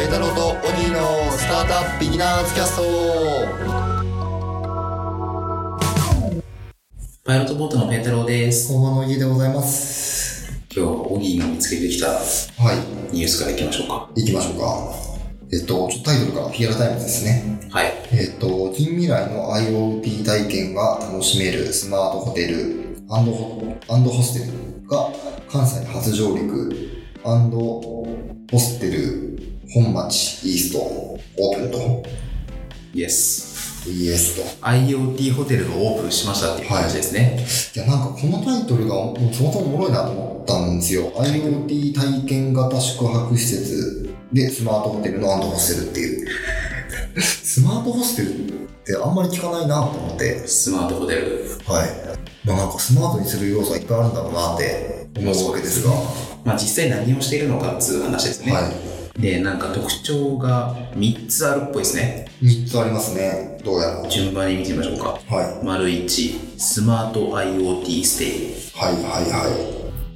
イ太郎とオギーのスタートアップビギナーズキャスト。 パイロットボートのペイ太郎です。 工場のオギーでございます。 今日はオギーが見つけてきたニュースからいきましょうか。 行きましょうか。ちょっとタイトルからフィアラタイムズですね。 はい。 近未来の IoT 体験が楽しめるスマートホテル&ホステルが関西初上陸&ホステル本町イーストオープンと。 イエスと IoT ホテルがオープンしましたっていう感じですね。 いや、なんかこのタイトルがそもそもおもろいなと思ったんですよ。IoT 体験型宿泊施設でスマートホテルの&ホステルっていうスマートホステルってあんまり聞かないなと思って。 スマートホテル、 はい。まあなんかスマートにする要素はいっぱいあるんだろうなって思うわけですが、 まあ実際何をしているのかっていう話ですね。 はい。 で、なんか特徴が3つあるっぽいですね。 3つありますね。どうやら。 順番に見てみましょうか。 はい。 丸1、スマート IoT ステイ。 はいはいはい。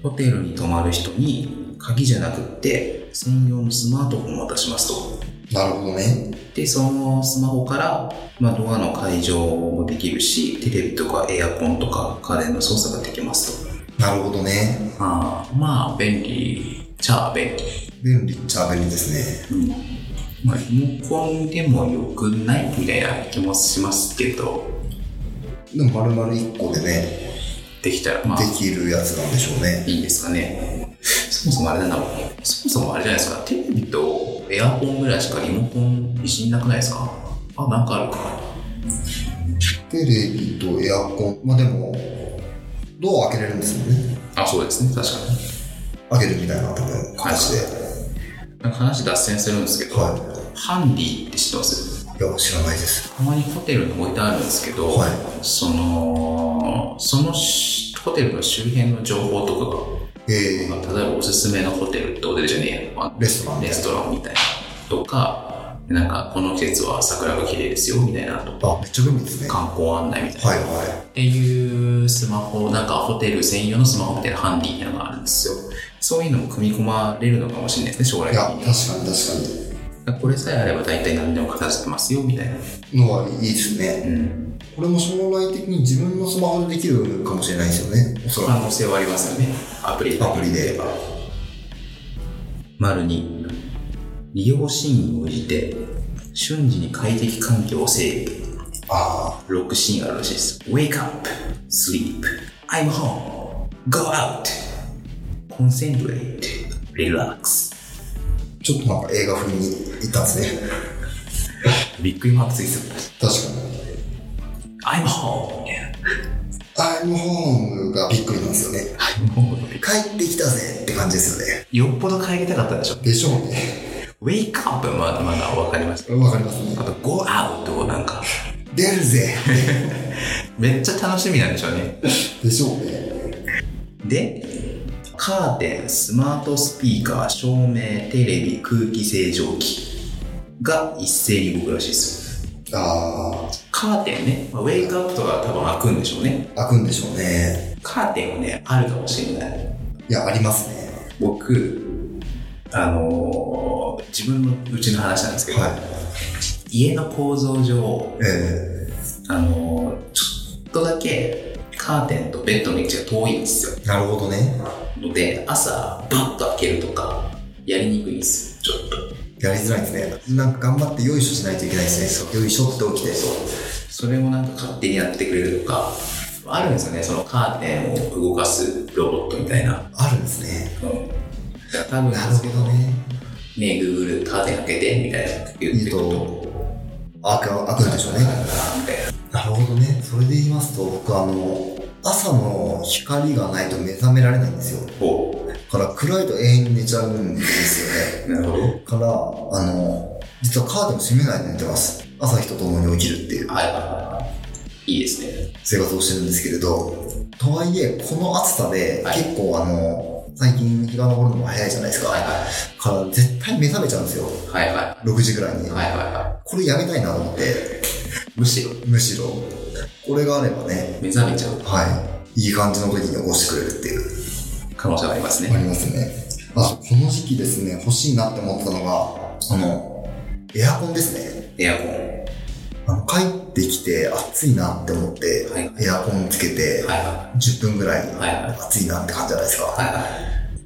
ホテルに泊まる人に鍵じゃなくって専用のスマートフォンを渡しますと。 なるほどね。 で、そのスマホから、ドアの解錠もできるし、テレビとかエアコンとか家電の操作ができますと。 なるほどね。 まあ便利っちゃ便利。 便利っちゃ便利ですね。 リモコンでもよくないみたいな気もしますけど。 でも丸々1個でね、 できたらできるやつなんでしょうね。 いいんですかね。そもそもあれじゃないですか。テレビとエアコンぐらいしかリモコンいじんなくないですか？なんかあるか。 テレビとエアコン、でもドア開けれるんですもんね。 そうですね、確かに。 開けるみたいな多分形で。 なんか話脱線するんですけど、ハンディって知ってます？ いや、知らないです。 たまにホテルに置いてあるんですけど、そのホテルの周辺の情報とかが、例えばおすすめのホテルってホテルじゃねえよ、レストランみたいなとか、なんかこの季節は桜が綺麗ですよみたいなとか、 めっちゃ便利ですね。 観光案内みたいな、っていうスマホ、なんかホテル専用のスマホみたいなハンディみたいなのがあるんですよ。そういうのも組み込まれるのかもしれないですね、将来的に。 いや、確かに。 これさえあれば大体何でも片付けますよみたいなのはいいですね。これも将来的に自分のスマホでできるかもしれないですよね。 可能性はありますよね。アプリで。丸2、利用シーンを応じて瞬時に快適環境を整備。6シーンあるらしいです。Wake up, sleep, I'm home, go out, concentrate, relax。 ちょっとなんか映画風に行ったんですね。 びっくりマークついてる。 確かに。 I'm home. I'm home がびっくりなんですよね。帰ってきたぜって感じですよね。 よっぽど帰りたかったでしょ。 でしょうね。 Wake up まだわかります。 わかりますね。 あと Go out をなんか出るぜめっちゃ楽しみなんでしょうね。 でしょうね。 で、カーテン、スマートスピーカー、照明、テレビ、空気清浄機が一斉に動くらしいです。カーテンね、ウェイクアップとか多分開くんでしょうね。 開くんでしょうね。 カーテンはね、あるかもしれない。 いや、ありますね。 僕、自分のうちの話なんですけど、家の構造上、ちょっとだけカーテンとベッドの位置が遠いんですよ。 なるほどね。 ので、朝バッと開けるとかやりにくいんですよ。ちょっとやりづらいですね。なんか頑張ってよいしょしないといけないですね。よいしょって起きて。 それもなんか勝手にやってくれるとかあるんですよね。そのカーテンを動かすロボットみたいな。 あるんですね。 多分ですけどね。 Google カーテン開けてみたいな言ってると開くんでしょうね。なるほどね。それで言いますと、僕朝の光がないと目覚められないんですよ。から暗いと永遠に寝ちゃうんですよね。 なるほど。 から実はカーテンを閉めないで寝てます。朝日とともに起きるっていう。 いいですね。 生活をしてるんですけれど、とはいえこの暑さで結構最近日が昇るのも早いじゃないですか。から絶対目覚めちゃうんですよ。6時ぐらいに。これやめたいなと思って。 むしろこれがあればね、 目覚めちゃう。 いい感じの時に起こしてくれるっていう可能性がありますね。 ありますね。この時期ですね、欲しいなって思ったのがエアコンですね。 エアコン。 帰ってきて暑いなって思って、はいはい、エアコンつけて、10分ぐらい暑いなって感じじゃないですか。はいはい、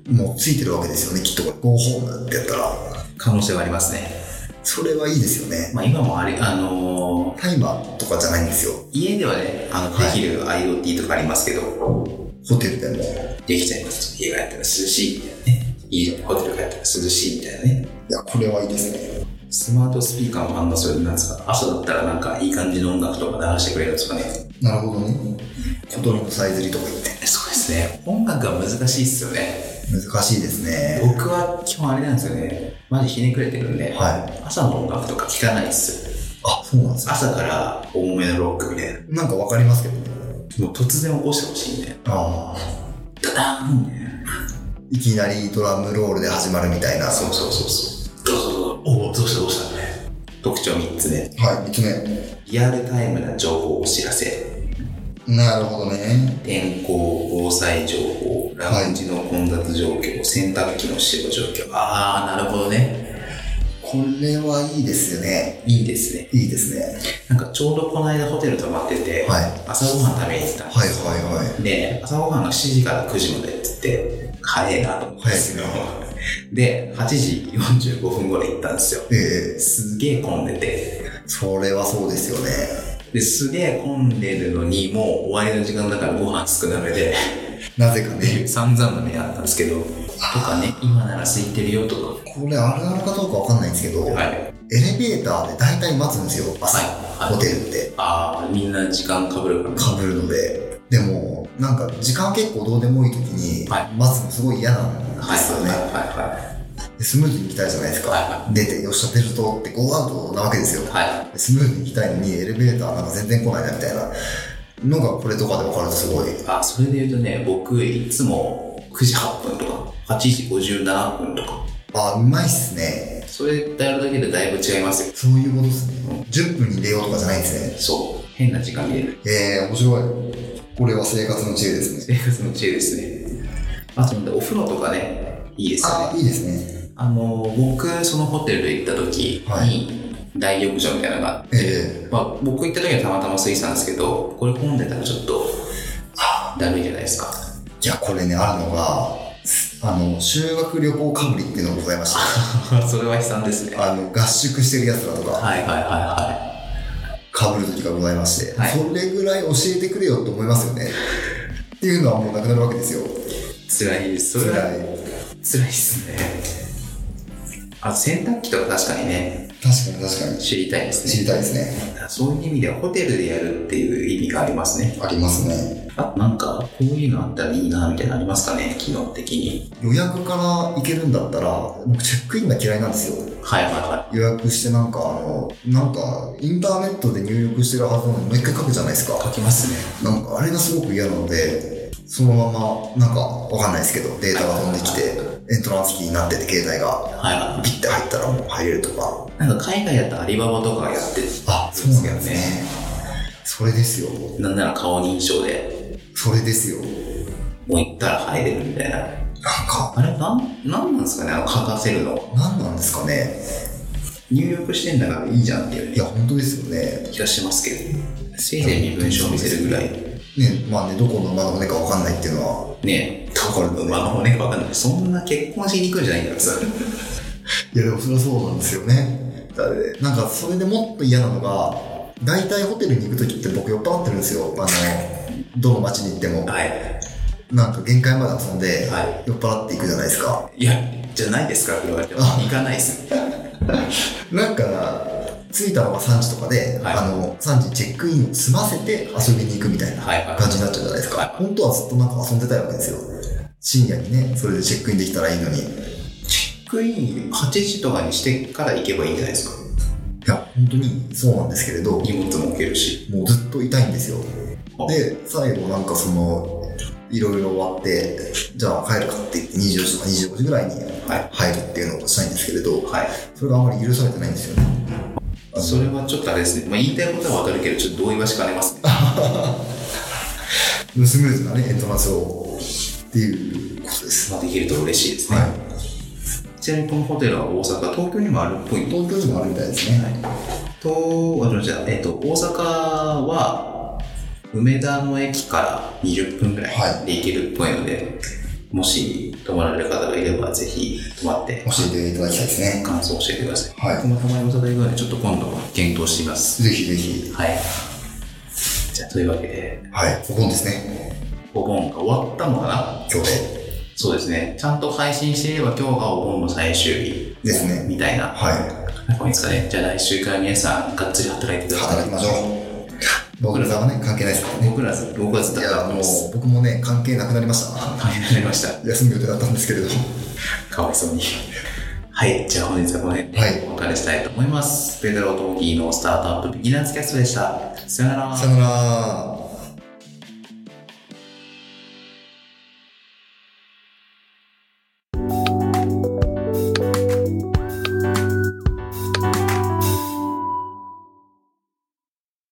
もうついてるわけですよね、きっと。ゴーホームってやったら。 可能性はありますね。 それはいいですよね。 まあ今もタイマーとかじゃないんですよ。 家ではね、できる IoT とかありますけど、 ホテルでもできちゃいます。家がやったら涼しいみたいなね。ホテルがやったら涼しいみたいなね。 いや、これはいいですね。 スマートスピーカーも反応するんですか。朝だったらなんかいい感じの音楽とか流してくれるんですかね。 なるほどね。子供のさえずりとか言って。 そうですね。音楽は難しいっすよね。 難しいですね。 僕は基本あれなんですよね。マジひねくれてるんで、はい、朝の音楽とか聞かないっすよ。 あ、そうなんですか。 朝から重めのロックみたいな。 なんかわかりますけどね。 もう突然起こしてほしいんで。ああ。ダダーンね。 いきなりドラムロールで始まるみたいな。 そう。おお、どうしたね。特徴3つ目。 はい、3つ目。 リアルタイムな情報お知らせ。 なるほどね。 天候、防災情報、ラウンジの混雑状況、洗濯機の使用状況。あー、なるほどね。 これはいいですよね。 いいですね。 いいですね。 なんかちょうどこの間ホテル泊まってて、はい、朝ごはん食べに行ったんですよ。はい。で、朝ごはんが7時から9時までって言って、早いなと思ったんですけど、で、8時45分頃行ったんですよ。すげえ混んでて。 それはそうですよね。 すげえ混んでるのに、もう終わりの時間だからご飯少なめで。 なぜかね。 散々な目あったんですけど、とかね、今なら空いてるよとか。 これあるあるかどうかわかんないんですけど、はい、エレベーターで大体待つんですよ、朝、ホテルって。 ああ、みんな時間被るから。 被るので。でも、なんか時間結構どうでもいい時に待つのすごい嫌なんですよね。スムーズに行きたいじゃないですか。出て、よっしゃ出るぞってゴーアウトなわけですよ。スムーズに行きたいのにエレベーターなんか全然来ないなみたいなのがこれとかで分かるとすごい。 あ、それで言うとね、僕いつも9時8分とか8時57分とか。 あ、うまいっすね。 それやるだけでだいぶ違いますよ。 そういうことですね。10分に出ようとかじゃないんですね。 そう。変な時間に出る。 面白い。これは生活の知恵ですね。 生活の知恵ですね。あと、お風呂とかね、いいですよね。 あ、いいですね。 僕、そのホテル行った時に、大浴場みたいなのがあって、まあ、僕行った時はたまたま空いてたんですけど、これ混んでたらちょっと、ダメじゃないですか。 いや、これね、あるのが、修学旅行かぶりっていうのがございました。 それは悲惨ですね。 合宿してる奴らとか。かぶる時がございまして、それぐらい教えてくれよって思いますよね。っていうのはもうなくなるわけですよ。 辛いです。それは辛いですね。洗濯機とか確かにね。 確かに。 知りたいですね。 知りたいですね。 そういう意味ではホテルでやるっていう意味がありますね。 ありますね。 なんか、こういうのあったらいいなみたいなのありますかね、機能的に。 予約から行けるんだったら、僕チェックインが嫌いなんですよ。予約してなんかインターネットで入力してるはずなのにもう一回書くじゃないですか。 書きますね。 なんかあれがすごく嫌なので、そのまま、なんかわかんないですけど、データが飛んできて、エントランスキーになってて、携帯が、ピッて入ったらもう入れるとか。 なんか海外やったらアリババとかがやってるんですけどね。 あ、そうなんですね。それですよ。 なんなら顔認証で。 それですよ。 もう行ったら入れるみたいな。あれなんなんですかね、書かせるの。 なんなんですかね。 入力してんだからいいじゃんっていう。 いや、本当ですよね。 気がしますけど。せいぜい身分証見せるぐらい。 ね、まあね、どこの馬の骨か分かんないっていうのは。 ね、どこの馬の骨か分かんない。そんな結婚しに行くんじゃないんだからさ。 いや、でもそれはそうなんですよね。なんか、それでもっと嫌なのが、大体ホテルに行くときって僕酔っ払ってるんですよ。どの街に行っても。なんか限界まで遊んで、酔っ払っていくじゃないですか。 いや、じゃないですか、行かないっす。 なんか、着いたのが3時とかで、3時チェックインを済ませて遊びに行くみたいな感じになっちゃうじゃないですか。本当はずっとなんか遊んでたいわけですよ。深夜にね、それでチェックインできたらいいのに。 チェックイン8時とかにしてから行けばいいんじゃないですか。 いや、本当にそうなんですけれど。 荷物も置けるし。 もうずっといたいんですよ。で、最後なんかいろいろ終わって、じゃあ帰るかって言って24時とか25時ぐらいに入るっていうのをしたいんですけれど、それがあまり許されてないんですよね。 それはちょっとあれですね。まあ、言いたいことはわかるけど、ちょっと同意はしかねますね。 スムーズなね、エントランスをっていうことです。 まあ、できると嬉しいですね。 ちなみにこのホテルは大阪、東京にもあるっぽい。 東京にもあるみたいですね。はい。 大阪は、梅田の駅から20分ぐらいで行けるっぽいので、もし泊まられる方がいれば、ぜひ泊まって。 教えていただきたいですね。 感想を教えてください。 はい。 僕もたまにお伺いがあるので、ちょっと今度検討してみます。 ぜひぜひ。 はい。じゃあ、というわけで。 はい。お盆ですね。 お盆が終わったのかな今日で。 そうですね。ちゃんと配信していれば今日がお盆の最終日。 ですね。 みたいな。 はい。 なんかいいですかね。じゃあ来週から皆さんがっつり働いてください。 働きましょう。僕らはね、関係ないですからね。 僕はずっといや、もう僕もね、関係なくなりました。 関係なくなりました。 休む予定だったんですけれど。 かわいそうに。はい。じゃあ本日はこの辺でお別れしたいと思います。ペドロ・トーキーのスタートアップビギナーズキャストでした。さよなら。 さよなら。